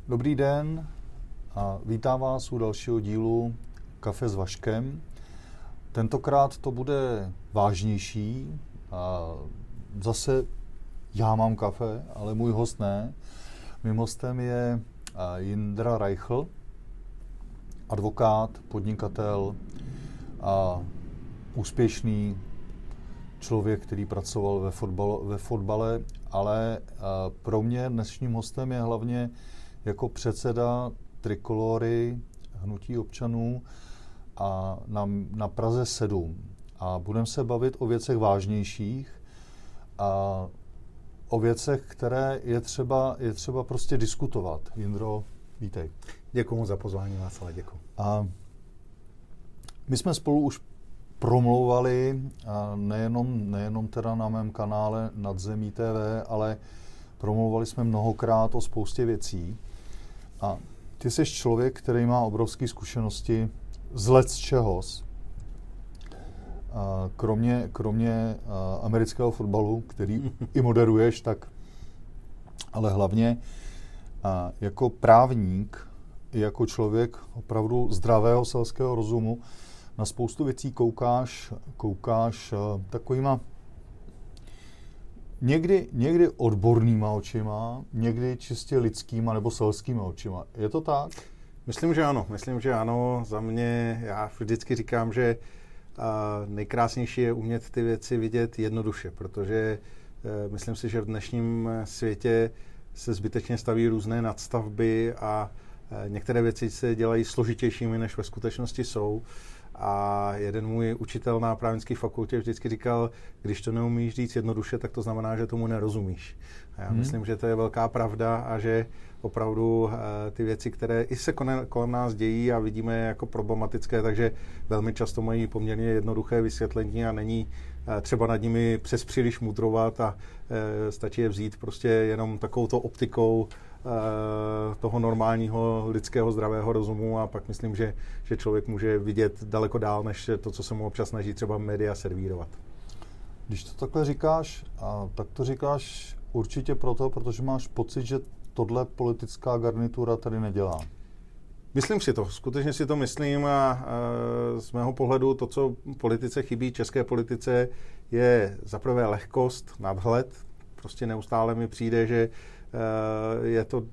Dobrý den a vítám vás u dalšího dílu Kafe s Vaškem. Tentokrát to bude vážnější. A zase já mám kafe, ale můj host ne. Mým hostem je Jindra Reichl, advokát, podnikatel a úspěšný člověk, který pracoval ve fotbale, ale pro mě dnešním hostem je hlavně jako předseda Trikolory, Hnutí občanů a na Praze 7. A budeme se bavit o věcech vážnějších a o věcech, které je třeba prostě diskutovat. Jindro, vítej. Děkuju za pozvání, Václav, děkuju. A my jsme spolu už promlouvali, nejenom teda na mém kanále Nadzemí TV, ale promlouvali jsme mnohokrát o spoustě věcí. A ty jsi člověk, který má obrovské zkušenosti z lecčehos. Kromě amerického fotbalu, který i moderuješ, tak ale hlavně jako právník, i jako člověk opravdu zdravého selského rozumu, na spoustu věcí koukáš takovýma někdy odbornýma očima, někdy čistě lidskýma nebo selskýma očima. Je to tak? Myslím, že ano. Za mě, já vždycky říkám, že nejkrásnější je umět ty věci vidět jednoduše, protože myslím si, že v dnešním světě se zbytečně staví různé nadstavby a některé věci se dělají složitějšími, než ve skutečnosti jsou. A jeden můj učitel na právnické fakultě vždycky říkal, když to neumíš říct jednoduše, tak to znamená, že tomu nerozumíš. A já myslím, že to je velká pravda a že opravdu ty věci, které i se kolem nás dějí a vidíme jako problematické, takže velmi často mají poměrně jednoduché vysvětlení a není třeba nad nimi přes příliš mudrovat a stačí je vzít prostě jenom takovouto optikou toho normálního lidského zdravého rozumu a pak myslím, že člověk může vidět daleko dál, než to, co se mu občas snaží třeba média servírovat. Když to takhle říkáš, tak to říkáš určitě proto, protože máš pocit, že tohle politická garnitura tady nedělá. Myslím si to, skutečně si to myslím a z mého pohledu to, co politice chybí, české politice, je zaprvé lehkost, nadhled. Prostě neustále mi přijde, že je to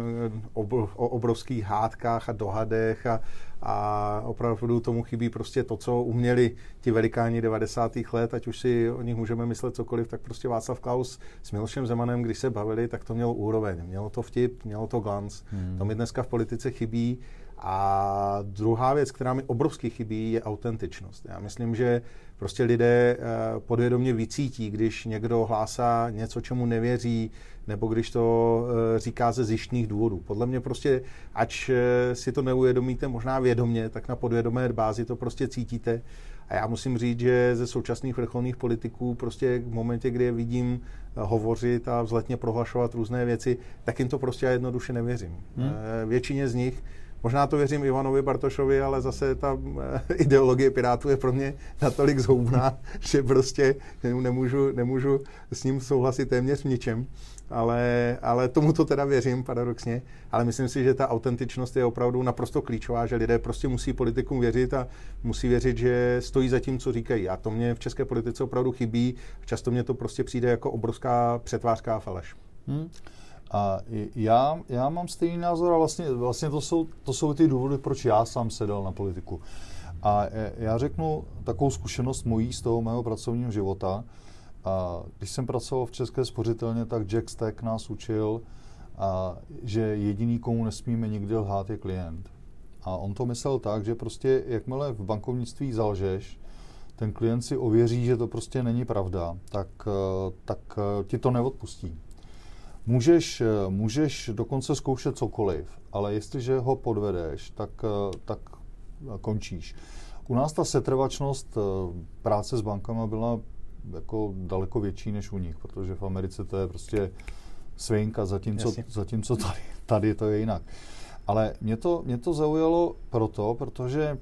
o obrovských hádkách a dohadech a opravdu tomu chybí prostě to, co uměli ti velikáni 90. let, ať už si o nich můžeme myslet cokoliv, tak prostě Václav Klaus s Milošem Zemanem, když se bavili, tak to mělo úroveň, mělo to vtip, mělo to glanc. To mi dneska v politice chybí. A druhá věc, která mi obrovsky chybí, je autentičnost. Já myslím, že prostě lidé podvědomě vycítí, když někdo hlásá něco, čemu nevěří, nebo když to říká ze zištných důvodů. Podle mě prostě, ač si to neuvědomíte možná vědomě, tak na podvědomé bázi to prostě cítíte. A já musím říct, že ze současných vrcholných politiků prostě v momentě, kdy je vidím hovořit a vzletně prohlašovat různé věci, tak jim to prostě jednoduše nevěřím. Většině z nich možná to věřím Ivanovi Bartošovi, ale zase ta ideologie Pirátů je pro mě natolik zhoubná, že prostě nemůžu s ním souhlasit téměř v ničem. Ale tomu to teda věřím, paradoxně. Ale myslím si, že ta autentičnost je opravdu naprosto klíčová, že lidé prostě musí politikům věřit a musí věřit, že stojí za tím, co říkají. A to mě v české politice opravdu chybí. Často mně to prostě přijde jako obrovská přetvářka a faleš. A já mám stejný názor a vlastně to jsou ty důvody, proč já sám sedal na politiku. A já řeknu takovou zkušenost mojí z toho mého pracovního života. A když jsem pracoval v České spořitelně, tak Jack Stack nás učil, že jediný, komu nesmíme nikdy lhát, je klient. A on to myslel tak, že prostě jakmile v bankovnictví zalžeš, ten klient si ověří, že to prostě není pravda, tak ti to neodpustí. Můžeš dokonce zkoušet cokoliv, ale jestliže ho podvedeš, tak končíš. U nás ta setrvačnost práce s bankama byla jako daleko větší než u nich, protože v Americe to je prostě svinka, zatímco tady to je jinak. Ale mě to zaujalo protože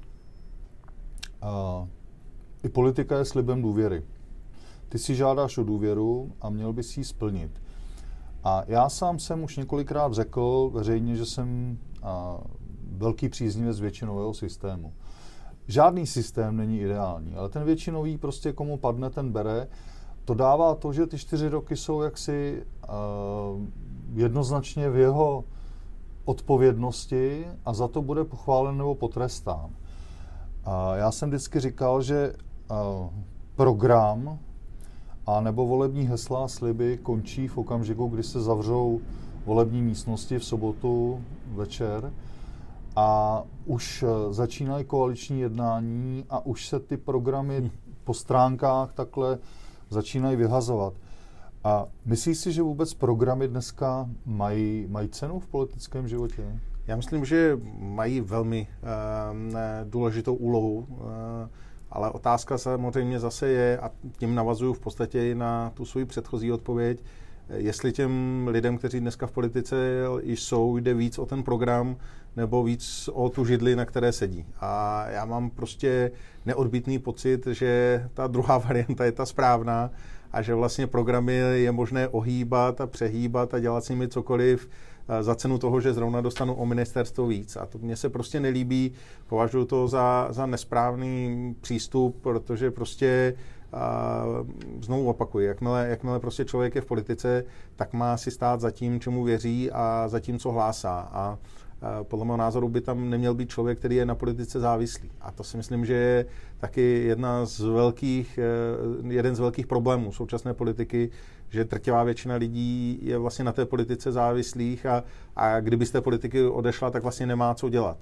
i politika je slibem důvěry. Ty si žádáš o důvěru a měl bys ji splnit. A já sám jsem už několikrát řekl veřejně, že jsem velký příznivec většinového systému. Žádný systém není ideální, ale ten většinový prostě komu padne, ten bere. To dává to, že ty 4 roky jsou jaksi jednoznačně v jeho odpovědnosti a za to bude pochválen nebo potrestán. Já jsem vždycky říkal, že program a nebo volební hesla a sliby končí v okamžiku, kdy se zavřou volební místnosti v sobotu večer a už začínají koaliční jednání a už se ty programy po stránkách takhle začínají vyhazovat. A myslíš si, že vůbec programy dneska mají cenu v politickém životě? Já myslím, že mají velmi důležitou úlohu, ale otázka samozřejmě zase je, a tím navazuju v podstatě i na tu svou předchozí odpověď, jestli těm lidem, kteří dneska v politice již jsou, jde víc o ten program nebo víc o tu židli, na které sedí. A já mám prostě neodbytný pocit, že ta druhá varianta je ta správná a že vlastně programy je možné ohýbat a přehýbat a dělat s nimi cokoliv za cenu toho, že zrovna dostanu o ministerstvo víc. A to mně se prostě nelíbí, považuji to za nesprávný přístup, protože prostě znovu opakuji, jakmile prostě člověk je v politice, tak má si stát za tím, čemu věří a za tím, co hlásá. A podle mého názoru by tam neměl být člověk, který je na politice závislý. A to si myslím, že je taky jeden z velkých problémů současné politiky, že drtivá většina lidí je vlastně na té politice závislých a kdyby z té politiky odešla, tak vlastně nemá co dělat.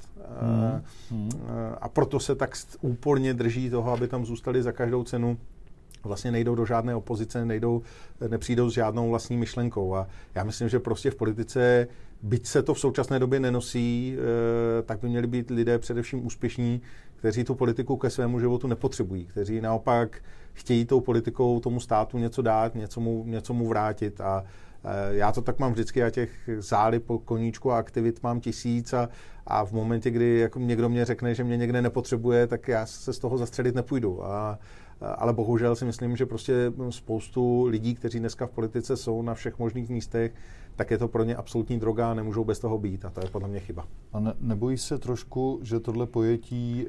A proto se tak úporně drží toho, aby tam zůstali za každou cenu. Vlastně nejdou do žádné opozice, nepřijdou s žádnou vlastní myšlenkou. A já myslím, že prostě v politice, byť se to v současné době nenosí, tak by měli být lidé především úspěšní, kteří tu politiku ke svému životu nepotřebují, kteří naopak chtějí tou politikou tomu státu něco dát, něco mu vrátit. A já to tak mám vždycky, a těch zálib, koníčku a aktivit mám 1000 a v momentě, kdy jako někdo mě řekne, že mě někde nepotřebuje, tak já se z toho zastřelit nepůjdu. Ale bohužel si myslím, že prostě spoustu lidí, kteří dneska v politice jsou na všech možných místech, tak je to pro ně absolutní droga a nemůžou bez toho být. A to je podle mě chyba. A nebojí se trošku, že tohle pojetí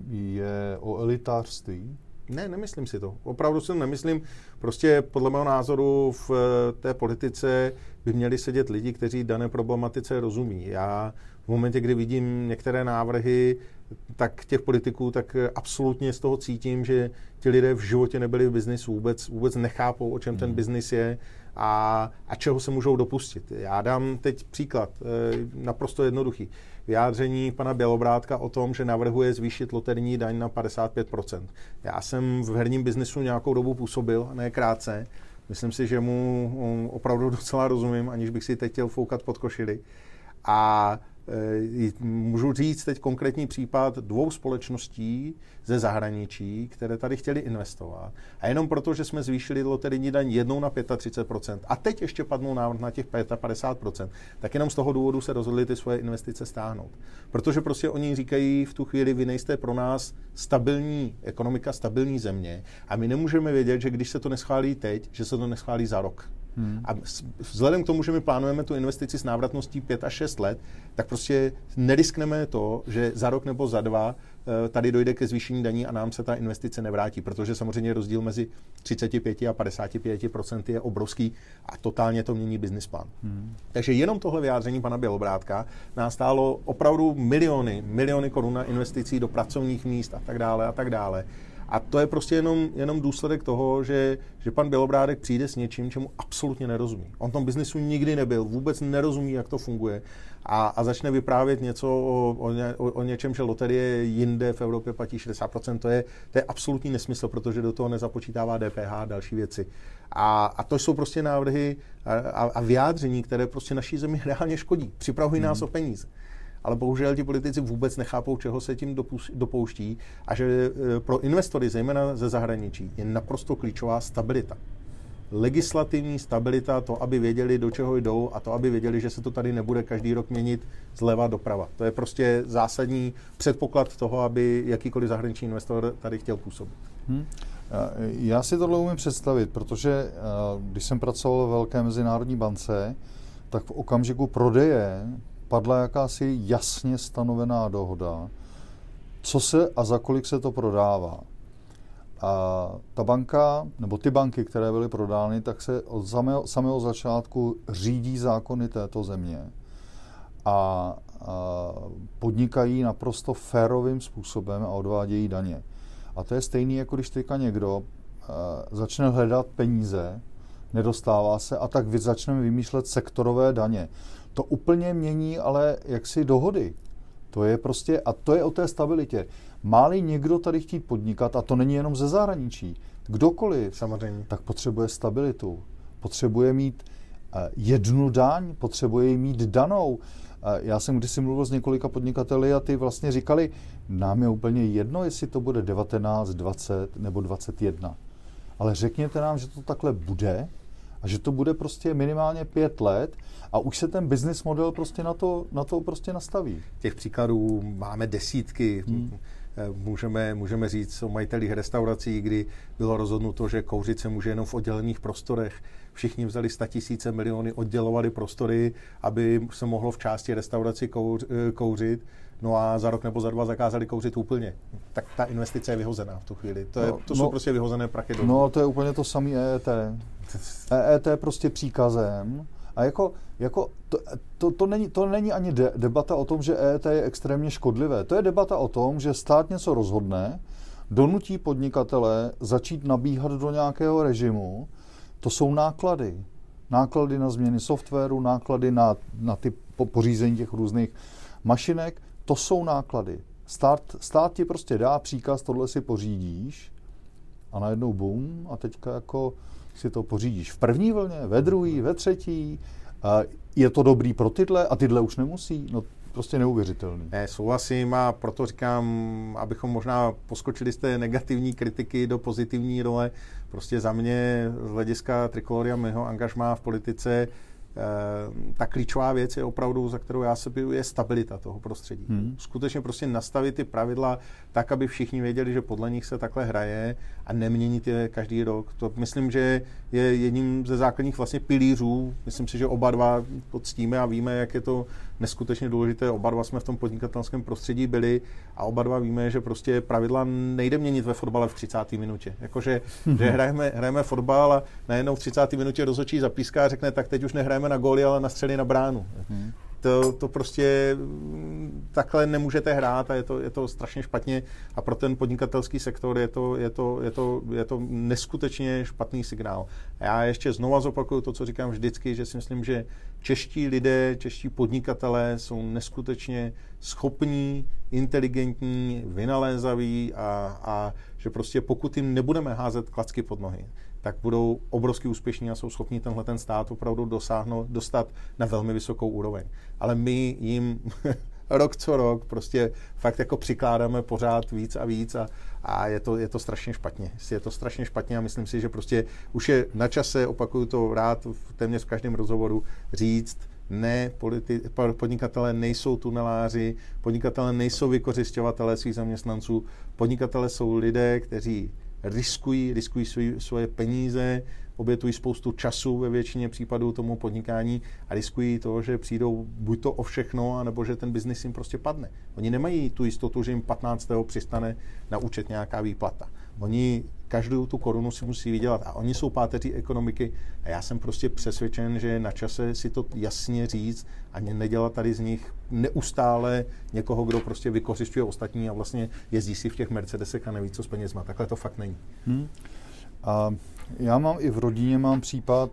je o elitářství? Ne, nemyslím si to. Opravdu si to nemyslím. Prostě podle mého názoru v té politice by měli sedět lidi, kteří dané problematice rozumí. Já v momentě, kdy vidím některé návrhy tak těch politiků, tak absolutně z toho cítím, že ti lidé v životě nebyli v biznisu, vůbec nechápou, o čem ten biznis je a čeho se můžou dopustit. Já dám teď příklad, naprosto jednoduchý. Vyjádření pana Bělobrádka o tom, že navrhuje zvýšit loterijní daň na 55%. Já jsem v herním biznisu nějakou dobu působil, ne krátce. Myslím si, že mu opravdu docela rozumím, aniž bych si teď chtěl foukat pod košili. A můžu říct teď konkrétní případ 2 společností ze zahraničí, které tady chtěli investovat. A jenom proto, že jsme zvýšili loterijní daň jednou na 35% a teď ještě padnou návrh na těch 55%, tak jenom z toho důvodu se rozhodli ty svoje investice stáhnout. Protože prostě oni říkají v tu chvíli, vy nejste pro nás stabilní ekonomika, stabilní země a my nemůžeme vědět, že když se to neschválí teď, že se to neschválí za rok. A vzhledem k tomu, že my plánujeme tu investici s návratností 5 až 6 let, tak prostě neriskneme to, že za rok nebo za 2 tady dojde ke zvýšení daní a nám se ta investice nevrátí, protože samozřejmě rozdíl mezi 35 a 55% je obrovský a totálně to mění business plán. Takže jenom tohle vyjádření pana Bělobrádka nás stálo opravdu miliony korun na investicí do pracovních míst a tak dále. A to je prostě jenom důsledek toho, že pan Bělobrádek přijde s něčím, čemu absolutně nerozumí. On v tom biznesu nikdy nebyl, vůbec nerozumí, jak to funguje a začne vyprávět něco o něčem, že loterie jinde v Evropě platí 60%. To je absolutní nesmysl, protože do toho nezapočítává DPH a další věci. A to jsou prostě návrhy a vyjádření, které prostě naší zemi reálně škodí. Připravují nás o peníze. Ale bohužel ti politici vůbec nechápou, čeho se tím dopouští a že pro investory, zejména ze zahraničí, je naprosto klíčová stabilita. Legislativní stabilita, to, aby věděli, do čeho jdou a to, aby věděli, že se to tady nebude každý rok měnit zleva doprava. To je prostě zásadní předpoklad toho, aby jakýkoliv zahraniční investor tady chtěl působit. Já si tohle umím představit, protože když jsem pracoval v velké mezinárodní bance, tak v okamžiku prodeje padla jakási jasně stanovená dohoda, co se a za kolik se to prodává. A ta banka, nebo ty banky, které byly prodány, tak se od samého začátku řídí zákony této země a podnikají naprosto férovým způsobem a odvádějí daně. A to je stejný, jako když teďka někdo začne hledat peníze, nedostává se a tak začneme vymýšlet sektorové daně. To úplně mění ale jaksi dohody. To je prostě, a to je o té stabilitě. Má-li někdo tady chtít podnikat, a to není jenom ze zahraničí, kdokoliv, samozřejmě, tak potřebuje stabilitu. Potřebuje mít jednu daň, potřebuje ji mít danou. Já jsem kdysi mluvil s několika podnikateli a ty vlastně říkali, nám je úplně jedno, jestli to bude 19, 20 nebo 21. Ale řekněte nám, že to takhle bude a že to bude prostě minimálně 5 let a už se ten business model prostě na to prostě nastaví. Těch příkladů máme desítky. Můžeme říct o majitelích restaurací, kdy bylo rozhodnuto, že kouřit se může jenom v oddělených prostorech. Všichni vzali 100 000 miliony, oddělovali prostory, aby se mohlo v části restauraci kouřit. No a za rok nebo za 2 zakázali kouřit úplně. Tak ta investice je vyhozená v tu chvíli. To jsou prostě vyhozené prachy. No to je úplně to samé EET. EET prostě příkazem. A to není ani debata o tom, že EET je extrémně škodlivé. To je debata o tom, že stát něco rozhodne, donutí podnikatele začít nabíhat do nějakého režimu. To jsou náklady. Náklady na změny softwaru, náklady na ty pořízení těch různých mašinek. To jsou náklady. Stát ti prostě dá příkaz, tohle si pořídíš a najednou boom a teďka jako si to pořídíš v první vlně, ve druhé, ve třetí. Je to dobrý pro tyhle a tyhle už nemusí. No prostě neuvěřitelný. Ne, souhlasím a proto říkám, abychom možná poskočili z té negativní kritiky do pozitivní role. Prostě za mě z hlediska Trikolory a mého angažmá v politice ta klíčová věc je opravdu, za kterou já se biju, je stabilita toho prostředí. Skutečně prostě nastavit ty pravidla tak, aby všichni věděli, že podle nich se takhle hraje a neměnit je každý rok. To myslím, že je jedním ze základních vlastně pilířů. Myslím si, že oba dva poctíme a víme, jak je to neskutečně důležité. Oba dva jsme v tom podnikatelském prostředí byli a oba dva víme, že prostě pravidla nejde měnit ve fotbale v 30. minutě. Jakože že hrajeme fotbal a najednou v 30. minutě rozhodčí zapíská a řekne, tak teď už nehrajeme na góly, ale na střely na bránu. To prostě takhle nemůžete hrát a je to strašně špatně a pro ten podnikatelský sektor je to neskutečně špatný signál. A já ještě znova zopakuju to, co říkám vždycky, že si myslím, že čeští lidé, čeští podnikatelé jsou neskutečně schopní, inteligentní, vynalézaví a že prostě pokud jim nebudeme házet klacky pod nohy, tak budou obrovsky úspěšní a jsou schopni ten stát opravdu dostat na velmi vysokou úroveň. Ale my jim rok co rok prostě fakt jako přikládáme pořád víc a víc a je to strašně špatně. Je to strašně špatně a myslím si, že prostě už je na čase, opakuju to rád téměř v každém rozhovoru, říct, ne, podnikatelé nejsou tuneláři, podnikatelé nejsou vykořisťovatelé svých zaměstnanců, podnikatelé jsou lidé, kteří riskují svoje peníze, obětují spoustu času ve většině případů tomu podnikání a riskují to, že přijdou buď to o všechno, anebo že ten biznis jim prostě padne. Oni nemají tu jistotu, že jim 15. přistane na účet nějaká výplata. Oni každou tu korunu si musí vydělat a oni jsou páteří ekonomiky a já jsem prostě přesvědčen, že je na čase si to jasně říct a nedělat tady z nich neustále někoho, kdo prostě vykořisťuje ostatní a vlastně jezdí si v těch Mercedesech a neví, co s penězma. Takhle to fakt není. A já mám i v rodině případ,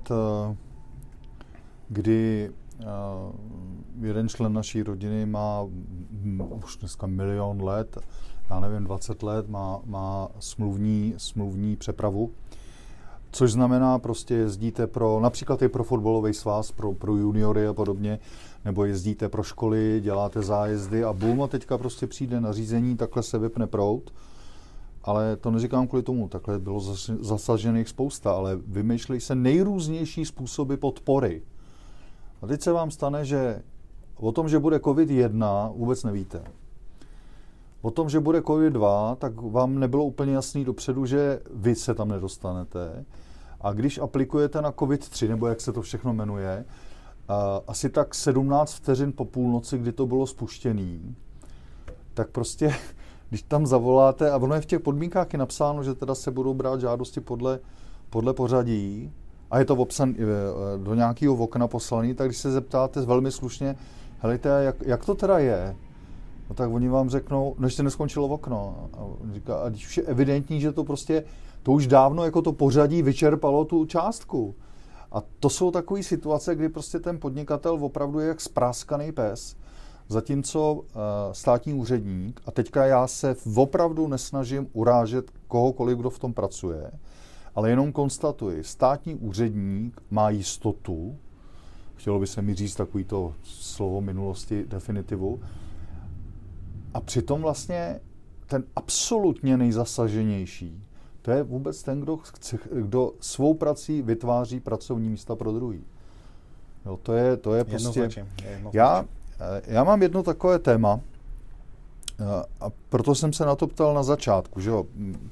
kdy jeden člen naší rodiny má už dneska 1 000 000 let, já nevím, 20 let, má smluvní přepravu, což znamená prostě jezdíte například i pro fotbalový svaz, pro juniory a podobně, nebo jezdíte pro školy, děláte zájezdy a bum, a teďka prostě přijde nařízení, takhle se vypne proud, ale to neříkám kvůli tomu, takhle bylo zasažených spousta, ale vymýšlejí se nejrůznější způsoby podpory. A teď se vám stane, že o tom, že bude COVID-1, vůbec nevíte. O tom, že bude COVID-2, tak vám nebylo úplně jasný dopředu, že vy se tam nedostanete. A když aplikujete na COVID-3, nebo jak se to všechno jmenuje, asi tak 17 vteřin po půlnoci, kdy to bylo spuštěný, tak prostě, když tam zavoláte, a ono je v těch podmínkách je napsáno, že teda se budou brát žádosti podle pořadí, a je to obsan do nějakého okna poslaný, tak když se zeptáte velmi slušně, helejte, jak to teda je? No tak oni vám řeknou, no ještě neskončilo okno. A on říká, a když už je evidentní, že to prostě, to už dávno jako to pořadí vyčerpalo tu částku. A to jsou takové situace, kdy prostě ten podnikatel opravdu je jak spráskaný pes, zatímco státní úředník, a teďka já se opravdu nesnažím urážet kohokoliv, kdo v tom pracuje, ale jenom konstatuji, státní úředník má jistotu, chtělo by se mi říct takovýto slovo minulosti definitivu, a přitom vlastně ten absolutně nejzasaženější, to je vůbec ten, kdo svou prací vytváří pracovní místa pro druhý. Jo, to je prostě... Já mám jedno takové téma, a proto jsem se na to ptal na začátku, že jo.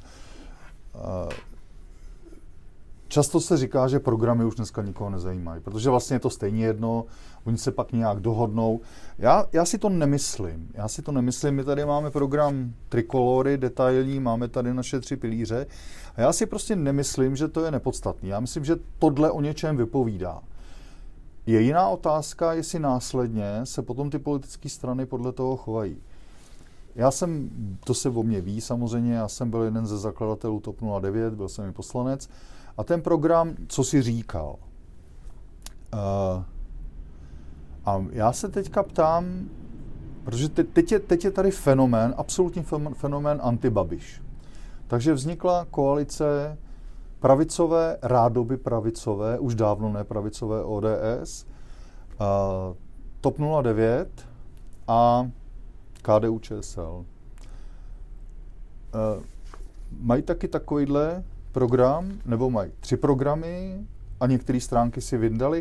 Často se říká, že programy už dneska nikoho nezajímají, protože vlastně je to stejně jedno, oni se pak nějak dohodnou. Já si to nemyslím. My tady máme program Trikolory, detailní, máme tady naše 3 pilíře a já si prostě nemyslím, že to je nepodstatný. Já myslím, že tohle o něčem vypovídá. Je jiná otázka, jestli následně se potom ty politické strany podle toho chovají. To se o mě ví samozřejmě, já jsem byl jeden ze zakladatelů TOP 09, byl jsem i poslanec, a ten program, co si říkal. A já se teďka ptám, protože teď je tady fenomén, absolutní fenomén anti-Babiš. Takže vznikla koalice pravicové, rádoby pravicové, už dávno ne pravicové ODS, TOP 09 a KDU ČSL. Mají taky takovýhle program, nebo mají 3 programy a některé stránky si vyndali.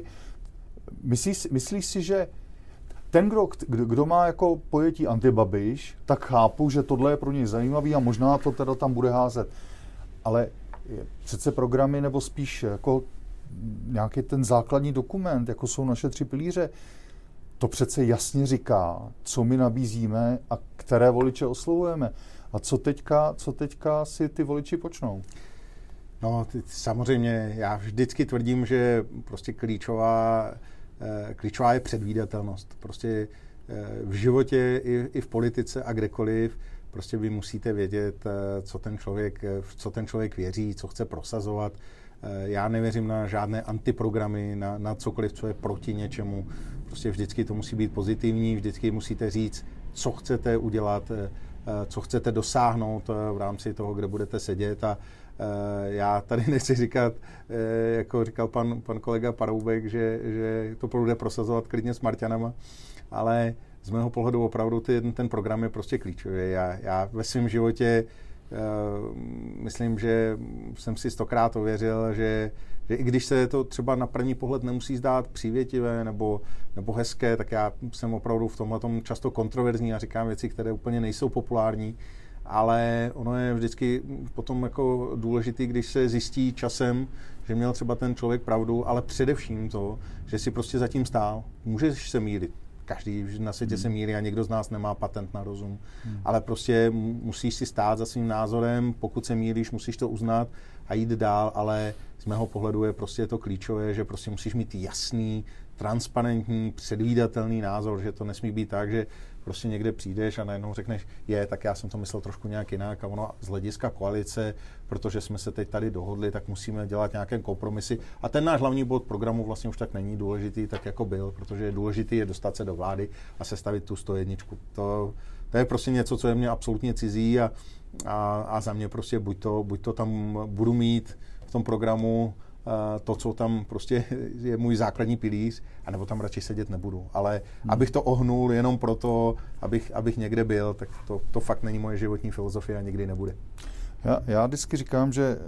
Myslíš si, že ten, kdo má jako pojetí anti-Babiš, tak chápu, že tohle je pro něj zajímavý a možná to teda tam bude házet. Ale přece programy, nebo spíš jako nějaký ten základní dokument, jako jsou naše 3 pilíře, to přece jasně říká, co my nabízíme a které voliče oslovujeme. A co teďka si ty voliči počnou? No, samozřejmě, já vždycky tvrdím, že prostě klíčová je předvídatelnost. Prostě v životě i v politice a kdekoliv prostě vy musíte vědět, co ten člověk věří, co chce prosazovat. Já nevěřím na žádné antiprogramy, na cokoliv, co je proti něčemu. Prostě vždycky to musí být pozitivní, vždycky musíte říct, co chcete udělat, co chcete dosáhnout v rámci toho, kde budete sedět. A já tady nechci říkat, jako říkal pan kolega Paroubek, že to bude prosazovat klidně s Marťanama, ale z mého pohledu opravdu ten program je prostě klíčový. Já ve svém životě myslím, že jsem si 100krát ověřil, že i když se to třeba na první pohled nemusí zdát přívětivé nebo hezké, tak já jsem opravdu v tomhletom často kontroverzní a říkám věci, které úplně nejsou populární, ale ono je vždycky potom jako důležitý, když se zjistí časem, že měl třeba ten člověk pravdu, ale především to, že si prostě zatím stál. Můžeš se mýlit. Každý na světě se mýlí a někdo z nás nemá patent na rozum. Ale prostě musíš si stát za svým názorem, pokud se mýlíš, musíš to uznat a jít dál, ale z mého pohledu je prostě to klíčové, že prostě musíš mít jasný, transparentní, předvídatelný názor, že to nesmí být tak, že prostě někde přijdeš a najednou řekneš, tak já jsem to myslel trošku nějak jinak a ono z hlediska koalice, protože jsme se teď tady dohodli, tak musíme dělat nějaké kompromisy. A ten náš hlavní bod programu vlastně už tak není důležitý, tak jako byl, protože důležitý je dostat se do vlády a sestavit tu 101. To je prostě něco, co je mě absolutně cizí a za mě prostě buď to tam budu mít v tom programu to, co tam prostě je můj základní pilíř, anebo tam radši sedět nebudu. Ale abych to ohnul jenom proto, abych někde byl, tak to fakt není moje životní filozofie a nikdy nebude. Já vždycky říkám, že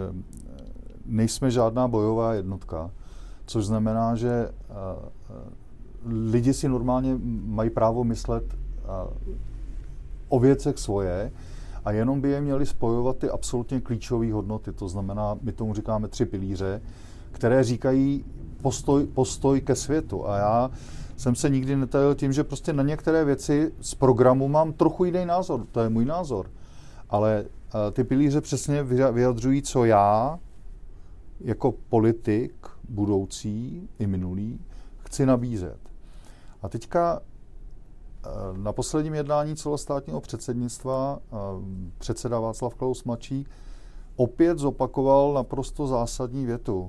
nejsme žádná bojová jednotka, což znamená, že lidi si normálně mají právo myslet o věcech svoje a jenom by je měli spojovat ty absolutně klíčové hodnoty. To znamená, my tomu říkáme 3 pilíře, které říkají postoj ke světu. A já jsem se nikdy netajil tím, že prostě na některé věci z programu mám trochu jiný názor. To je můj názor. Ale ty pilíře přesně vyjadřují, co já jako politik budoucí i minulý chci nabízet. A teďka na posledním jednání celostátního předsednictva předseda Václav Klaus mladší opět zopakoval naprosto zásadní větu.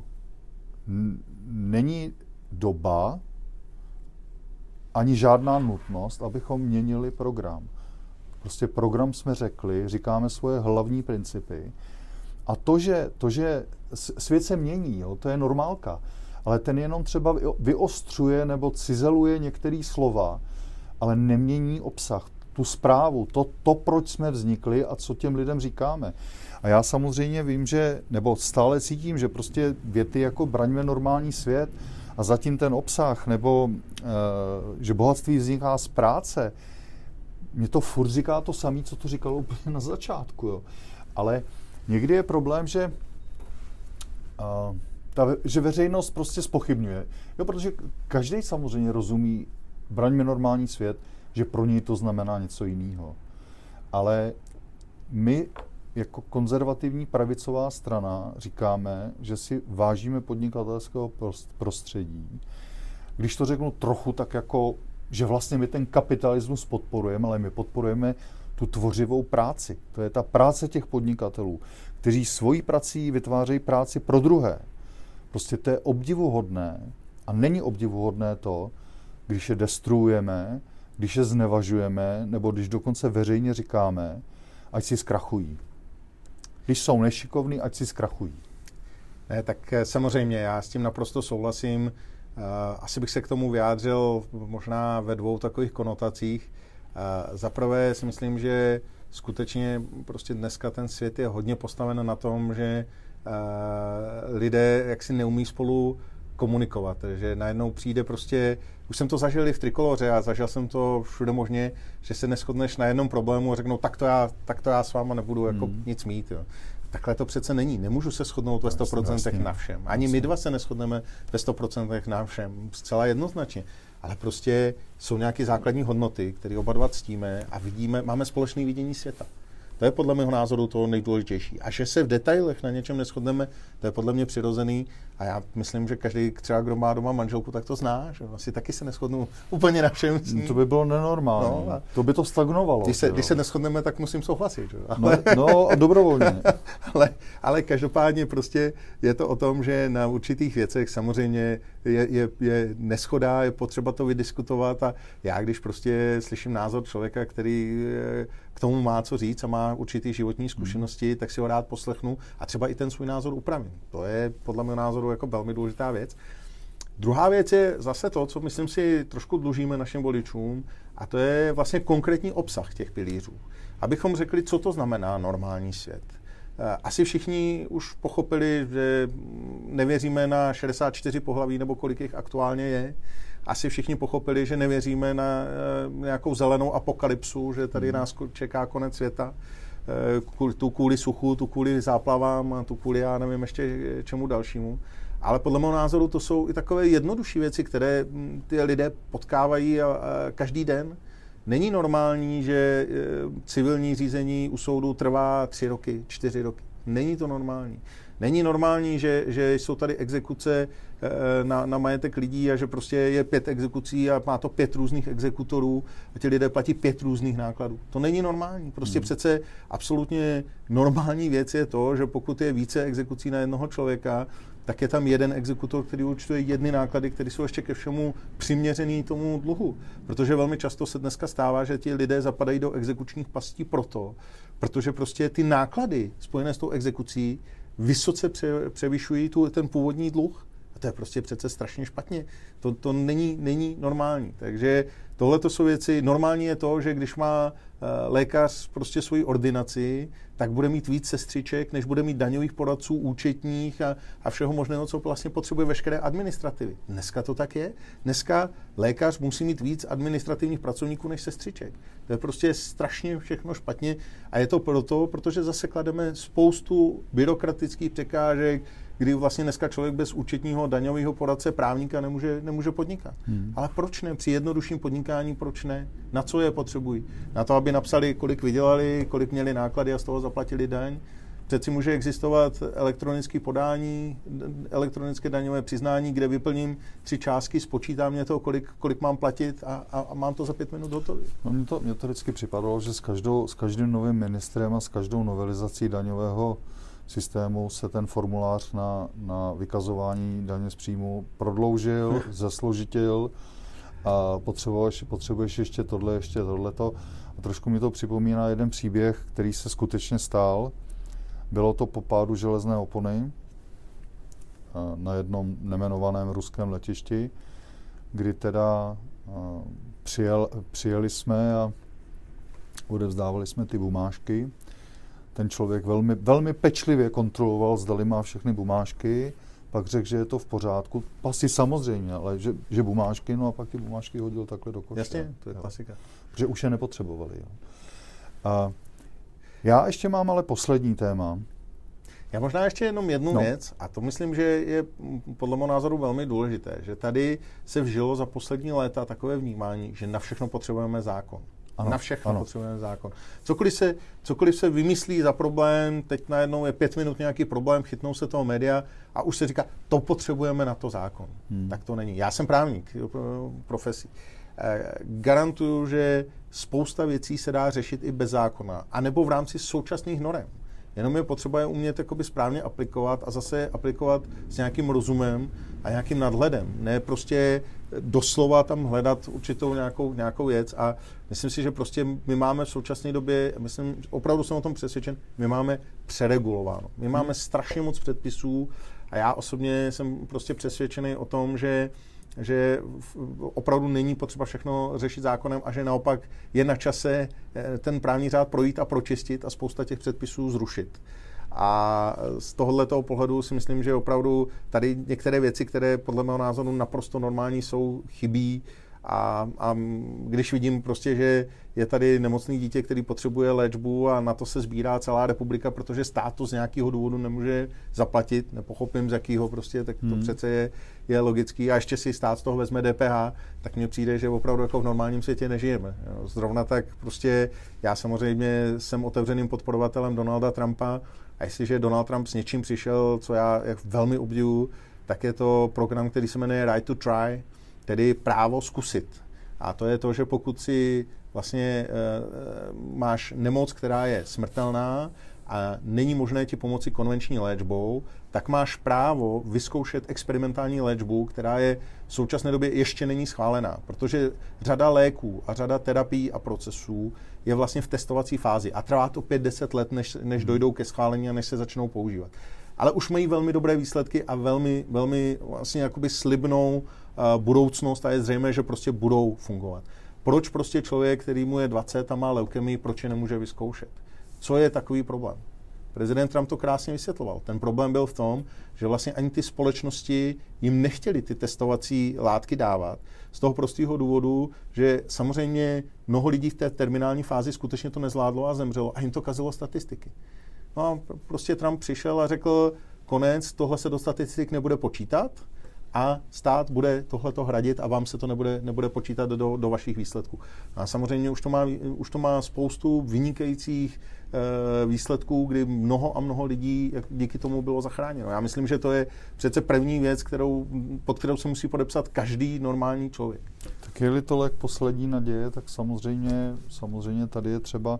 Není doba ani žádná nutnost, abychom měnili program. Prostě program jsme řekli, říkáme svoje hlavní principy a to, že svět se mění, jo, to je normálka, ale ten jenom třeba vyostřuje nebo cizeluje některé slova, ale nemění obsah, tu zprávu, to, proč jsme vznikli a co těm lidem říkáme. A já samozřejmě vím, že, nebo stále cítím, že prostě věty jako braňme normální svět a zatím ten obsah, nebo že bohatství vzniká z práce, mě to furt říká to samé, co to říkalo úplně na začátku. Jo. Ale někdy je problém, že veřejnost prostě zpochybňuje. Jo, protože každý samozřejmě rozumí braňme normální svět, že pro něj to znamená něco jiného. Ale my jako konzervativní pravicová strana říkáme, že si vážíme podnikatelského prostředí. Když to řeknu trochu tak jako, že vlastně my ten kapitalismus podporujeme, ale my podporujeme tu tvořivou práci. To je ta práce těch podnikatelů, kteří svojí prací vytvářejí práci pro druhé. Prostě to je obdivuhodné a není obdivuhodné to, když je destruujeme, když je znevažujeme, nebo když dokonce veřejně říkáme, ať si zkrachují. Když jsou nešikovní, ať si zkrachují. Ne, tak samozřejmě, já s tím naprosto souhlasím. Asi bych se k tomu vyjádřil možná ve 2 takových konotacích. Za prvé si myslím, že skutečně prostě dneska ten svět je hodně postaven na tom, že lidé jaksi neumí spolu komunikovat, že najednou přijde prostě, už jsem to zažil i v Trikoloře a zažil jsem to všude možně, že se neshodneš na jednom problému a řeknou, tak to já s váma nebudu jako nic mít. Jo. Takhle to přece není. Nemůžu se shodnout ve 100% na všem. Ani my dva se neshodneme ve 100% na všem. Zcela jednoznačně. Ale prostě jsou nějaké základní hodnoty, které oba dva ctíme a vidíme, máme společné vidění světa. To je podle mého názoru to nejdůležitější. A že se v detailech na něčem neshodneme, to je podle mě přirozený. A já myslím, že každý, třeba kdo má doma manželku, tak to zná. Že asi taky se neshodnu úplně na všem. To by bylo nenormální. No, to by to stagnovalo. Když se neshodneme, tak musím souhlasit. Že? No, dobrovolně. ale každopádně prostě je to o tom, že na určitých věcech samozřejmě je neshoda, je potřeba to vydiskutovat a já, když prostě slyším názor člověka, který k tomu má co říct a má určitý životní zkušenosti, tak si ho rád poslechnu a třeba i ten svůj názor upravím. To je podle mého názoru jako velmi důležitá věc. Druhá věc je zase to, co myslím si trošku dlužíme našim voličům, a to je vlastně konkrétní obsah těch pilířů. Abychom řekli, co to znamená normální svět. Asi všichni už pochopili, že nevěříme na 64 pohlaví, nebo kolik jich aktuálně je. Asi všichni pochopili, že nevěříme na nějakou zelenou apokalypsu, že tady nás čeká konec světa. Tu kvůli suchu, tu kvůli záplavám, tu kvůli já nevím ještě čemu dalšímu. Ale podle mého názoru to jsou i takové jednodušší věci, které ty lidé potkávají každý den. Není normální, že civilní řízení u soudu trvá 3 roky, 4 roky. Není to normální. Není normální, že jsou tady exekuce na majetek lidí a že prostě je 5 exekucí a má to 5 různých exekutorů a ti lidé platí 5 různých nákladů. To není normální. Prostě přece absolutně normální věc je to, že pokud je více exekucí na jednoho člověka, tak je tam jeden exekutor, který účtuje jedny náklady, které jsou ještě ke všemu přiměřený tomu dluhu. Protože velmi často se dneska stává, že ti lidé zapadají do exekučních pastí protože prostě ty náklady spojené s tou exekucí vysoce převyšují ten původní dluh. A to je prostě přece strašně špatně. To není normální. Takže tohle to jsou věci. Normální je to, že když má lékař prostě svoji ordinaci, tak bude mít víc sestřiček, než bude mít daňových poradců, účetních a všeho možného, co vlastně potřebuje veškeré administrativy. Dneska to tak je. Dneska lékař musí mít víc administrativních pracovníků než sestřiček. To je prostě strašně všechno špatně a je to proto, protože zase klademe spoustu byrokratických překážek, kdy vlastně dneska člověk bez účetního daňového poradce právníka nemůže podnikat. Ale proč ne? Při jednodušším podnikání proč ne? Na co je potřebují? Na to, aby napsali, kolik vydělali, kolik měli náklady a z toho zaplatili daň. Přeci může existovat elektronické podání, elektronické daňové přiznání, kde vyplním 3 částky, spočítám mě to, kolik mám platit a mám to za 5 minut hotový. No, mně to vždycky připadalo, že s každým novým ministrem a s každou novelizací daňového systému se ten formulář na vykazování daně z příjmu prodloužil, zesložitil a potřebuješ ještě tohleto. A trošku mi to připomíná jeden příběh, který se skutečně stál. Bylo to po pádu železné opony na jednom nejmenovaném ruském letišti, kdy teda přijeli jsme a odevzdávali jsme ty bumážky. Ten člověk velmi, velmi pečlivě kontroloval, zdali má všechny bumážky, pak řekl, že je to v pořádku. Asi samozřejmě, ale že bumážky, no a pak ty bumážky hodil takhle do koše. Jasně, to je klasika. Protože už je nepotřebovali. Jo. A já ještě mám ale poslední téma. Já možná ještě jenom jednu věc, a to myslím, že je podle mého názoru velmi důležité, že tady se vžilo za poslední léta takové vnímání, že na všechno potřebujeme zákon. Ano, na všechno potřebujeme zákon. Cokoliv se vymyslí za problém, teď najednou je 5 minut nějaký problém, chytnou se toho média a už se říká, to potřebujeme na to zákon. Tak to není. Já jsem právník profesí. Garantuju, že spousta věcí se dá řešit i bez zákona, anebo v rámci současných norem. Jenom je potřeba je umět jakoby správně aplikovat a zase aplikovat s nějakým rozumem a nějakým nadhledem. Ne prostě doslova tam hledat určitou nějakou věc a myslím si, že prostě my máme v současné době, opravdu jsem o tom přesvědčen, my máme přeregulováno. My máme strašně moc předpisů a já osobně jsem prostě přesvědčený o tom, že opravdu není potřeba všechno řešit zákonem a že naopak je na čase ten právní řád projít a pročistit a spousta těch předpisů zrušit. A z tohoto pohledu si myslím, že opravdu tady některé věci, které podle mého názoru naprosto normální jsou, chybí. A když vidím prostě, že je tady nemocný dítě, který potřebuje léčbu a na to se sbírá celá republika, protože stát to z nějakého důvodu nemůže zaplatit, nepochopím z jakého prostě, tak to přece je logický. A ještě si stát z toho vezme DPH, tak mně přijde, že opravdu jako v normálním světě nežijeme. Jo. Zrovna tak prostě já samozřejmě jsem otevřeným podporovatelem Donalda Trumpa a jestliže Donald Trump s něčím přišel, co já velmi obdivuju, tak je to program, který se jmenuje Right to Try, tedy právo zkusit. A to je to, že pokud si vlastně máš nemoc, která je smrtelná a není možné ti pomoci konvenční léčbou, tak máš právo vyzkoušet experimentální léčbu, která je v současné době ještě není schválená, protože řada léků a řada terapií a procesů je vlastně v testovací fázi a trvá to 5-10 let, než dojdou ke schválení a než se začnou používat. Ale už mají velmi dobré výsledky a velmi, velmi vlastně jakoby slibnou budoucnost a je zřejmé, že prostě budou fungovat. Proč prostě člověk, který mu je 20 a má leukemii, proč je nemůže vyzkoušet? Co je takový problém? Prezident Trump to krásně vysvětloval. Ten problém byl v tom, že vlastně ani ty společnosti jim nechtěli ty testovací látky dávat. Z toho prostého důvodu, že samozřejmě mnoho lidí v té terminální fázi skutečně to nezvládlo a zemřelo a jim to kazilo statistiky. No a prostě Trump přišel a řekl, konec, tohle se do statistik nebude počítat a stát bude tohleto hradit a vám se to nebude počítat do vašich výsledků. A samozřejmě už to má spoustu vynikajících výsledků, kdy mnoho a mnoho lidí díky tomu bylo zachráněno. Já myslím, že to je přece první věc, pod kterou se musí podepsat každý normální člověk. Tak je-li to lék poslední naděje, tak samozřejmě tady je třeba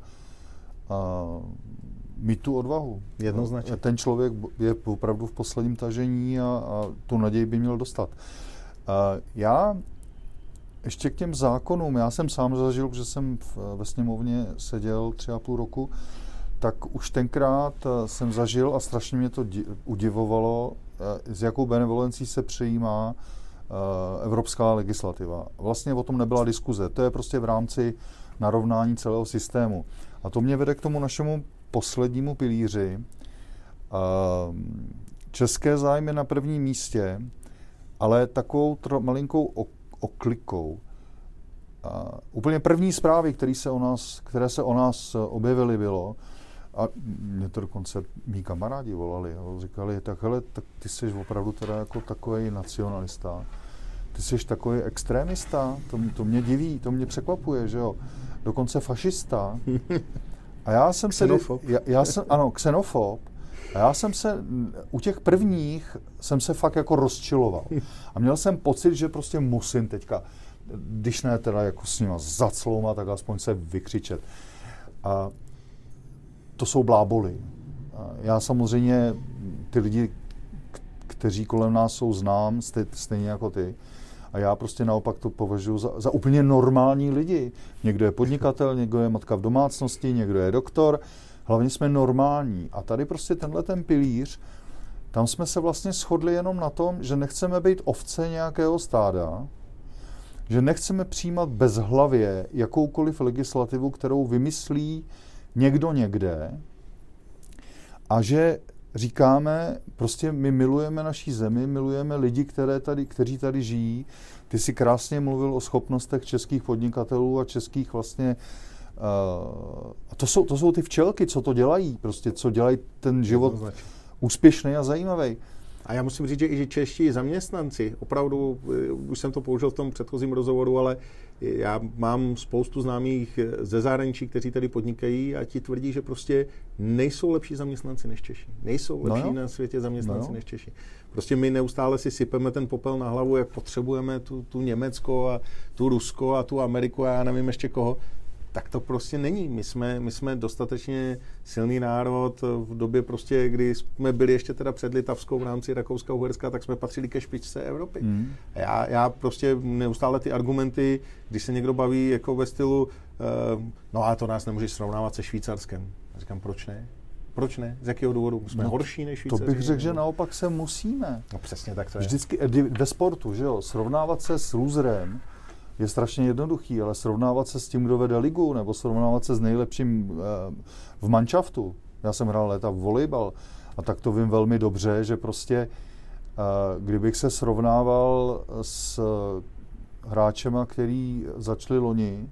mít tu odvahu. Jednoznačně. Ten člověk je opravdu v posledním tažení a tu naději by měl dostat. Já ještě k těm zákonům, já jsem sám zažil, že jsem ve sněmovně seděl 3,5 roku, tak už tenkrát jsem zažil a strašně mě to udivovalo, s jakou benevolencí se přijímá evropská legislativa. Vlastně o tom nebyla diskuze. To je prostě v rámci narovnání celého systému. A to mě vede k tomu našemu poslednímu pilíři. České zájmy na prvním místě, ale takovou malinkou oklikou. Úplně první zprávy, které se o nás objevily, bylo, a mě to dokonce mý kamarádi volali, jo, říkali, tak hele, tak ty jsi opravdu teda jako takový nacionalista, ty jsi takový extrémista, to mě diví, to mě překvapuje, že jo, dokonce fašista. A já jsem xenofob. Ano, xenofob. A já jsem se, u těch prvních jsem se fakt jako rozčiloval. A měl jsem pocit, že prostě musím teďka, když ne teda jako s nima zacloumat, tak aspoň se vykřičet. A to jsou bláboli. A já samozřejmě ty lidi, kteří kolem nás jsou, znám, stejně jako ty. A já prostě naopak to považuji za úplně normální lidi. Někdo je podnikatel, někdo je matka v domácnosti, někdo je doktor. Hlavně jsme normální. A tady prostě tenhle ten pilíř, tam jsme se vlastně shodli jenom na tom, že nechceme být ovce nějakého stáda, že nechceme přijímat bezhlavě jakoukoliv legislativu, kterou vymyslí někdo někde, a že říkáme, prostě my milujeme naší zemi, milujeme lidi, kteří tady žijí. Ty si krásně mluvil o schopnostech českých podnikatelů a českých vlastně a to jsou ty včelky, co to dělají, prostě, co dělají ten život úspěšný a zajímavý. A já musím říct, že i čeští zaměstnanci, opravdu, už jsem to použil v tom předchozím rozhovoru, ale já mám spoustu známých ze zahraničí, kteří tady podnikají a ti tvrdí, že prostě nejsou lepší zaměstnanci než Češi. Nejsou lepší na světě zaměstnanci než Češi. Prostě my neustále si sypeme ten popel na hlavu, jak potřebujeme tu Německo a tu Rusko a tu Ameriku a já nevím ještě koho. Tak to prostě není. My jsme dostatečně silný národ v době prostě, kdy jsme byli ještě teda před Litavskou v rámci Rakouska-Uherska, tak jsme patřili ke špičce Evropy. A já prostě neustále ty argumenty, když se někdo baví jako ve stylu, no a to nás nemůže srovnávat se Švýcarskem. Já říkám, proč ne? Proč ne? Z jakého důvodu? Jsme horší než Švýcaři? To bych řekl, že naopak se musíme. No přesně tak to je. Vždycky ve sportu, že jo, srovnávat se s loserem je strašně jednoduchý, ale srovnávat se s tím, kdo vede ligu, nebo srovnávat se s nejlepším v manšaftu. Já jsem hrál léta volejbal a tak to vím velmi dobře, že prostě kdybych se srovnával s hráčema, který začali loni,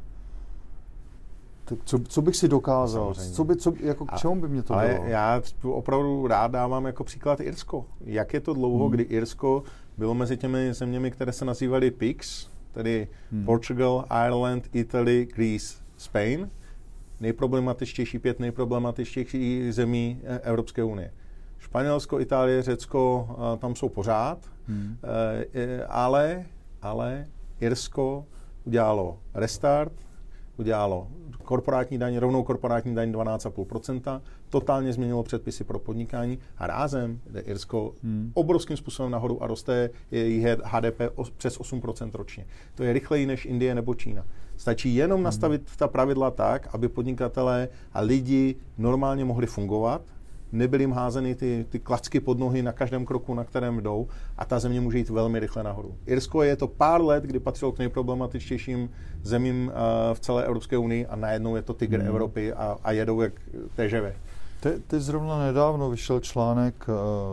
tak co bych si dokázal? K čemu by mě to bylo? Já opravdu rád dávám jako příklad Irsko. Jak je to dlouho, kdy Irsko bylo mezi těmi zeměmi, které se nazývaly PIGS, tedy Portugal, Ireland, Italy, Greece, Spain, nejproblematičtější 5 nejproblematičtějších zemí Evropské unie. Španělsko, Itálie, Řecko, tam jsou pořád, ale Irsko udělalo restart, udělalo rovnou korporátní daň 12,5%, totálně změnilo předpisy pro podnikání a rázem jde Irsko obrovským způsobem nahoru a roste jejich HDP přes 8% ročně. To je rychleji než Indie nebo Čína. Stačí jenom nastavit ta pravidla tak, aby podnikatelé a lidi normálně mohli fungovat, nebyly jim házeny ty klacky pod nohy na každém kroku, na kterém jdou a ta země může jít velmi rychle nahoru. Irsko je to pár let, kdy patřilo k nejproblematičtějším zemím v celé Evropské unii a najednou je to tygr Evropy a jedou jak TGV. Teď zrovna nedávno vyšel článek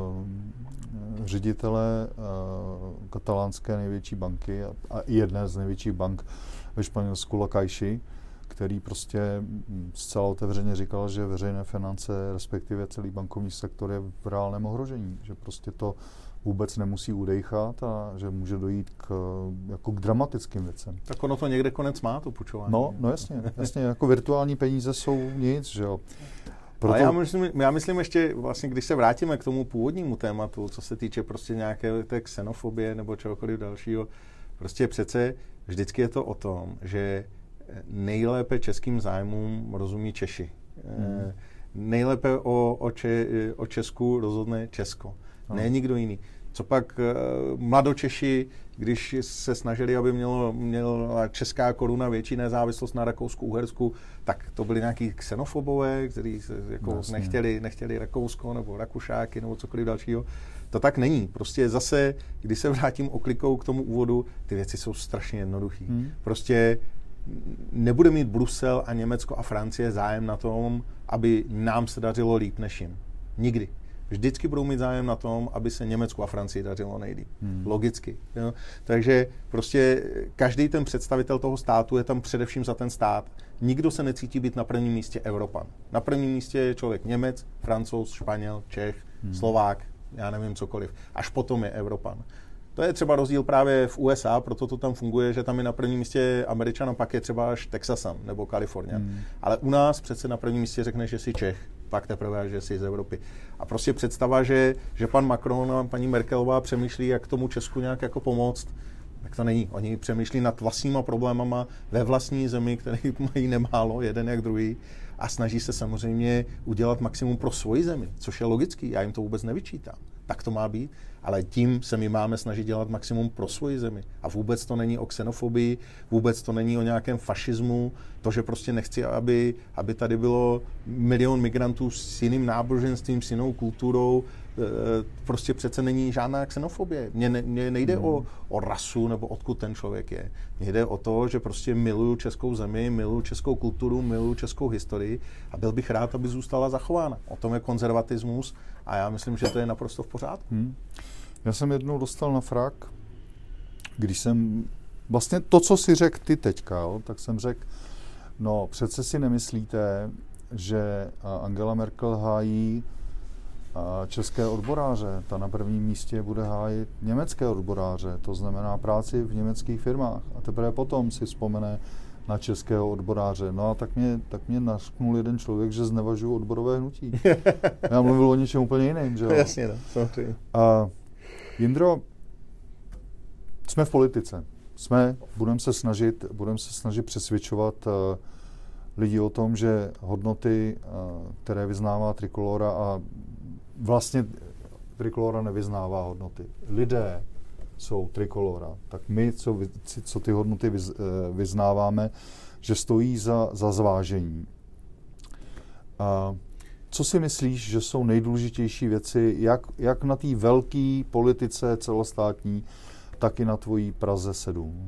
ředitele katalánské největší banky a jedné z největších bank ve Španělsku La Caixa, který prostě zcela otevřeně říkal, že veřejné finance, respektive celý bankovní sektor je v reálném ohrožení, že prostě to vůbec nemusí udejchat a že může dojít k dramatickým věcem. Tak ono to někde konec má, to půjčování. No jasně, jako virtuální peníze jsou nic, že jo. Ale já myslím ještě, vlastně, když se vrátíme k tomu původnímu tématu, co se týče prostě nějaké té xenofobie nebo čehokoliv dalšího, prostě přece vždycky je to o tom, že nejlépe českým zájmům rozumí Češi. Nejlépe o Česku rozhodne Česko. Ne nikdo jiný. Co pak mladočeši, když se snažili, aby měla česká koruna větší nezávislost na Rakousku-Uhersku, tak to byli nějaký xenofobové, kteří jako nechtěli Rakousko nebo Rakušáky nebo cokoliv dalšího. To tak není. Prostě zase, když se vrátím oklikou k tomu úvodu, ty věci jsou strašně jednoduché. Prostě nebude mít Brusel a Německo a Francie zájem na tom, aby nám se dařilo líp než jim. Nikdy. Vždycky budou mít zájem na tom, aby se Německu a Francii dařilo nejlíp. Logicky. Jo? Takže prostě každý ten představitel toho státu je tam především za ten stát. Nikdo se necítí být na prvním místě Evropan. Na prvním místě je člověk Němec, Francouz, Španěl, Čech, Slovák, já nevím cokoliv. Až potom je Evropan. To je třeba rozdíl právě v USA, proto to tam funguje, že tam je na prvním místě Američan a pak je třeba až Texasan nebo Kalifornia. Ale u nás přece na prvním místě řekneš, že jsi Čech, pak teprve, že jsi z Evropy. A prostě představa, že pan Macron a paní Merkelová přemýšlí, jak tomu Česku nějak jako pomoct, tak to není. Oni přemýšlí nad vlastníma problémama ve vlastní zemi, které mají nemálo, jeden jak druhý, a snaží se samozřejmě udělat maximum pro svoji zemi, což je logický, já jim to vůbec nevyčítám. Tak to má být, ale tím se my máme snažit dělat maximum pro svoji zemi. A vůbec to není o xenofobii, vůbec to není o nějakém fašismu, to, že prostě nechci, aby tady bylo milion migrantů s jiným náboženstvím, s jinou kulturou, prostě přece není žádná xenofobie. Mně nejde o rasu nebo odkud ten člověk je. Mně jde o to, že prostě miluju českou zemi, miluju českou kulturu, miluju českou historii a byl bych rád, aby zůstala zachována. O tom je konzervatismus a já myslím, že to je naprosto v pořádku. Já jsem jednou dostal na frak, když jsem vlastně to, co si řekl ty teďka, tak jsem řekl, no přece si nemyslíte, že Angela Merkel hájí české odboráře, ta na prvním místě bude hájit německé odboráře, to znamená práci v německých firmách. A teprve potom si vzpomene na českého odboráře. No a tak mě nařknul jeden člověk, že znevažuji odborové hnutí. Já mluvil o něčem úplně jiném, že jo? Jasně, no, samozřejmě. Jindro, jsme v politice. Budeme se snažit přesvědčovat lidi o tom, že hodnoty, které vyznává Trikolóra, a vlastně Trikolóra nevyznává hodnoty. Lidé jsou Trikolóra. Tak my, co ty hodnoty vyznáváme, že stojí za zvážení. Co si myslíš, že jsou nejdůležitější věci, jak na té velké politice celostátní, tak i na tvojí Praze 7?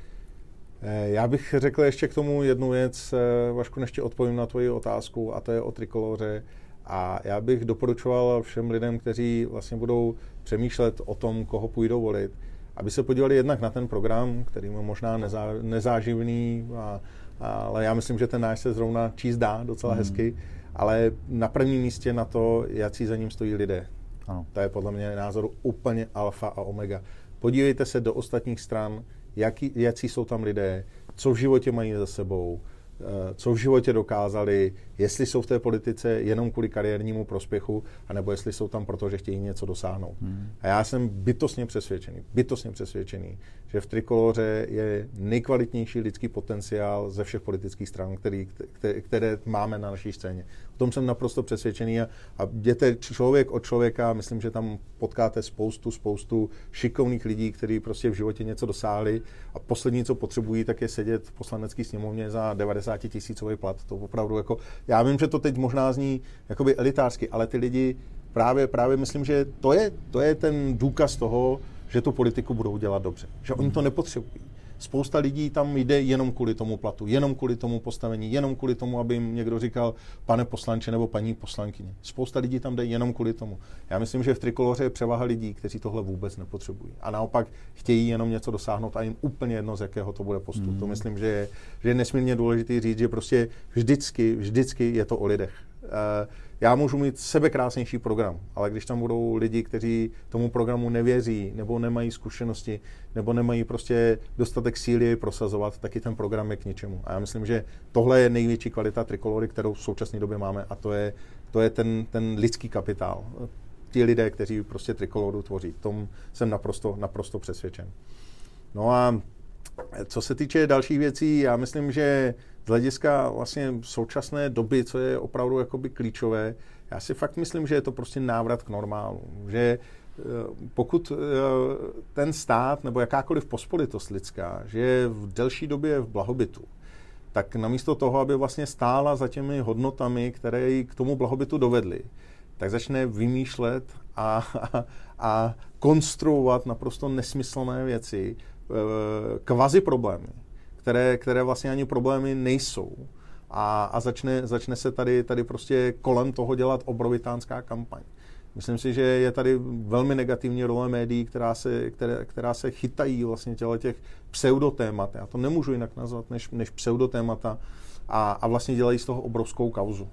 Já bych řekl ještě k tomu jednu věc, Vašku, než ti odpovím na tvoji otázku, a to je o Trikolóře. A já bych doporučoval všem lidem, kteří vlastně budou přemýšlet o tom, koho půjdou volit, aby se podívali jednak na ten program, který je možná nezáživný, ale já myslím, že ten náš se zrovna číst dá docela hezky, ale na prvním místě na to, jaký za ním stojí lidé. Ano. To je podle mě názor úplně alfa a omega. Podívejte se do ostatních stran, jaký jsou tam lidé, co v životě mají za sebou, co v životě dokázali, jestli jsou v té politice jenom kvůli kariérnímu prospěchu, anebo jestli jsou tam proto, že chtějí něco dosáhnout. A já jsem bytostně přesvědčený, že v Trikolóře je nejkvalitnější lidský potenciál ze všech politických stran, které máme na naší scéně. O tom jsem naprosto přesvědčený a jděte člověk od člověka, myslím, že tam potkáte spoustu šikovných lidí, kteří prostě v životě něco dosáhli a poslední, co potřebují, tak je sedět v poslanecké sněmovně za 90 000 plat. To opravdu jako, já vím, že to teď možná zní jakoby elitářsky, ale ty lidi právě myslím, že to je ten důkaz toho, že tu politiku budou dělat dobře. Že oni to nepotřebují. Spousta lidí tam jde jenom kvůli tomu platu, jenom kvůli tomu postavení, jenom kvůli tomu, aby jim někdo říkal pane poslanče nebo paní poslankyně. Spousta lidí tam jde jenom kvůli tomu. Já myslím, že v Trikolóře je převaha lidí, kteří tohle vůbec nepotřebují. A naopak chtějí jenom něco dosáhnout a jim úplně jedno, z jakého to bude postup. To myslím, že je nesmírně důležité říct, že prostě vždycky je to o lidech. Já můžu mít sebekrásnější program, ale když tam budou lidi, kteří tomu programu nevěří, nebo nemají zkušenosti, nebo nemají prostě dostatek síly jej prosazovat, tak i ten program je k ničemu. A já myslím, že tohle je největší kvalita Trikolóry, kterou v současné době máme, a to je ten lidský kapitál. Ti lidé, kteří prostě Trikolóru tvoří. Tom jsem naprosto přesvědčen. No a co se týče dalších věcí, já myslím, že z hlediska vlastně současné doby, co je opravdu jakoby klíčové, já si fakt myslím, že je to prostě návrat k normálu. Že pokud ten stát nebo jakákoliv pospolitost lidská, že je v delší době v blahobytu, tak namísto toho, aby vlastně stála za těmi hodnotami, které ji k tomu blahobytu dovedly, tak začne vymýšlet a konstruovat naprosto nesmyslné věci, kvazi problémy, které vlastně ani problémy nejsou. A začne se tady prostě kolem toho dělat obrovitánská kampaň. Myslím si, že je tady velmi negativní role médií, která se chytají vlastně těch pseudotémat. Já to nemůžu jinak nazvat než pseudotémata a vlastně dělají z toho obrovskou kauzu.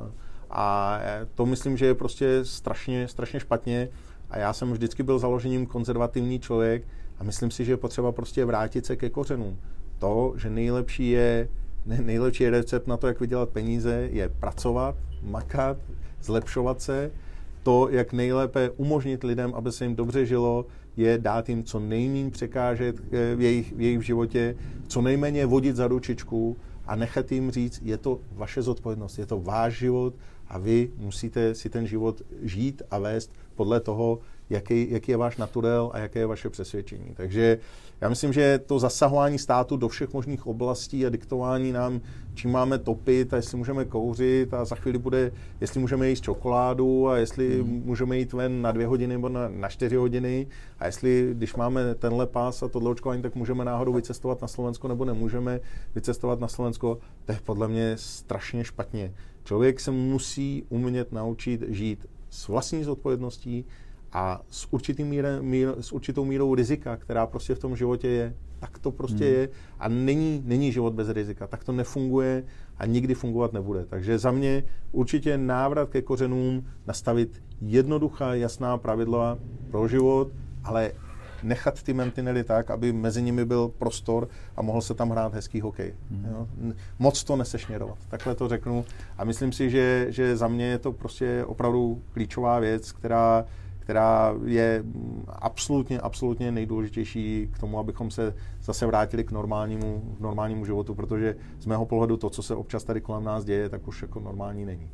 A to myslím, že je prostě strašně špatně. A já jsem vždycky byl založením konzervativní člověk a myslím si, že je potřeba prostě vrátit se ke kořenům. To, že nejlepší recept na to, jak vydělat peníze, je pracovat, makat, zlepšovat se. To, jak nejlépe umožnit lidem, aby se jim dobře žilo, je dát jim co nejméně překážet v jejich životě, co nejméně vodit za ručičku a nechat jim říct, je to vaše zodpovědnost, je to váš život a vy musíte si ten život žít a vést podle toho, jaký je váš naturel a jaké je vaše přesvědčení. Takže já myslím, že to zasahování státu do všech možných oblastí a diktování nám, čím máme topit a jestli můžeme kouřit a za chvíli bude, jestli můžeme jíst čokoládu a jestli můžeme jít ven na 2 hodiny nebo na 4 hodiny a jestli, když máme tenhle pás a tohle očkování, tak můžeme náhodou vycestovat na Slovensko nebo nemůžeme vycestovat na Slovensko, to je podle mě strašně špatně. Člověk se musí umět naučit žít s vlastní zodpovědností a s určitou mírou rizika, která prostě v tom životě je. Tak to prostě je a není život bez rizika. Tak to nefunguje a nikdy fungovat nebude. Takže za mě určitě návrat ke kořenům, nastavit jednoduchá, jasná pravidla pro život, ale nechat ty mantinely tak, aby mezi nimi byl prostor a mohl se tam hrát hezký hokej. Jo? Moc to nesešněrovat. Takhle to řeknu. A myslím si, že za mě je to prostě opravdu klíčová věc, která je absolutně nejdůležitější k tomu, abychom se zase vrátili k normálnímu životu, protože z mého pohledu to, co se občas tady kolem nás děje, tak už jako normální není.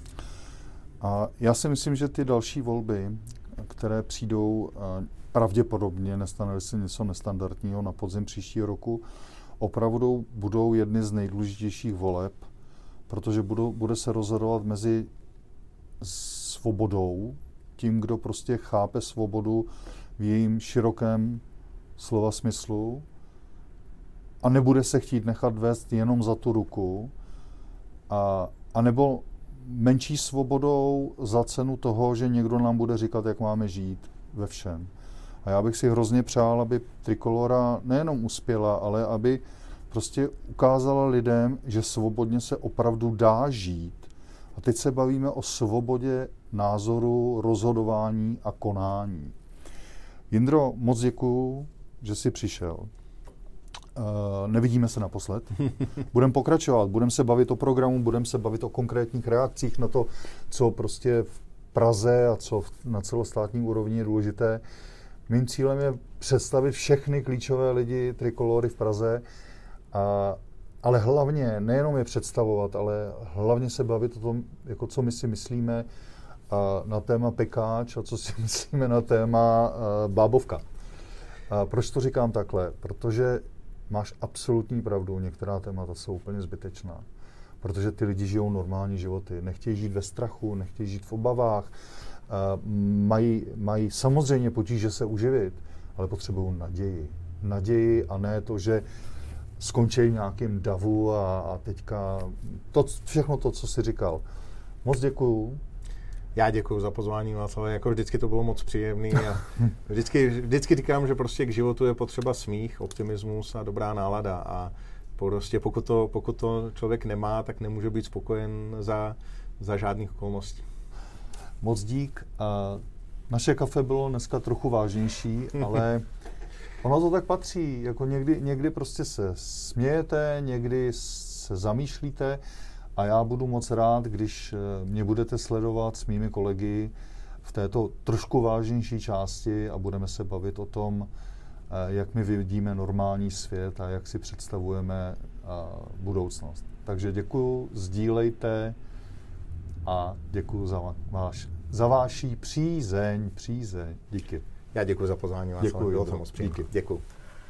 A já si myslím, že ty další volby, které přijdou pravděpodobně, nestane se něco nestandardního na podzim příštího roku, opravdu budou jedny z nejdůležitějších voleb, protože bude se rozhodovat mezi svobodou, tím, kdo prostě chápe svobodu v jejím širokém slova smyslu a nebude se chtít nechat vést jenom za tu ruku, a nebo menší svobodou za cenu toho, že někdo nám bude říkat, jak máme žít ve všem. A já bych si hrozně přál, aby Trikolora nejenom uspěla, ale aby prostě ukázala lidem, že svobodně se opravdu dá žít. A teď se bavíme o svobodě názoru, rozhodování a konání. Jindro, moc děkuju, že jsi přišel. Nevidíme se naposled. Budeme pokračovat, budeme se bavit o programu, budeme se bavit o konkrétních reakcích na to, co prostě v Praze a co na celostátní úrovni je důležité. Mým cílem je představit všechny klíčové lidi Trikolory v Praze, ale hlavně nejenom je představovat, ale hlavně se bavit o tom, jako co my si myslíme na téma Pekáč a co si myslíme na téma Bábovka. Proč to říkám takhle? Protože máš absolutní pravdu, některá témata jsou úplně zbytečná. Protože ty lidi žijou normální životy, nechtějí žít ve strachu, nechtějí žít v obavách, mají samozřejmě potíže se uživit, ale potřebují naději. Naději a ne to, že skončí v nějakém davu a teďka všechno to, co jsi říkal. Moc děkuju. Já děkuju za pozvání, Václav. Jako vždycky to bylo moc příjemný a vždycky říkám, že prostě k životu je potřeba smích, optimismus a dobrá nálada a prostě pokud to člověk nemá, tak nemůže být spokojen za žádných okolností. Moc dík. Naše kafe bylo dneska trochu vážnější, ale ono to tak patří. Jako někdy prostě se smějete, někdy se zamýšlíte a já budu moc rád, když mě budete sledovat s mými kolegy v této trošku vážnější části a budeme se bavit o tom, jak my vidíme normální svět a jak si představujeme budoucnost. Takže děkuju, sdílejte a děkuju za váš za váší přízeň. Díky. Já děkuji za pozvání. Děkuji. Bylo to moc příjemné. Děkuji.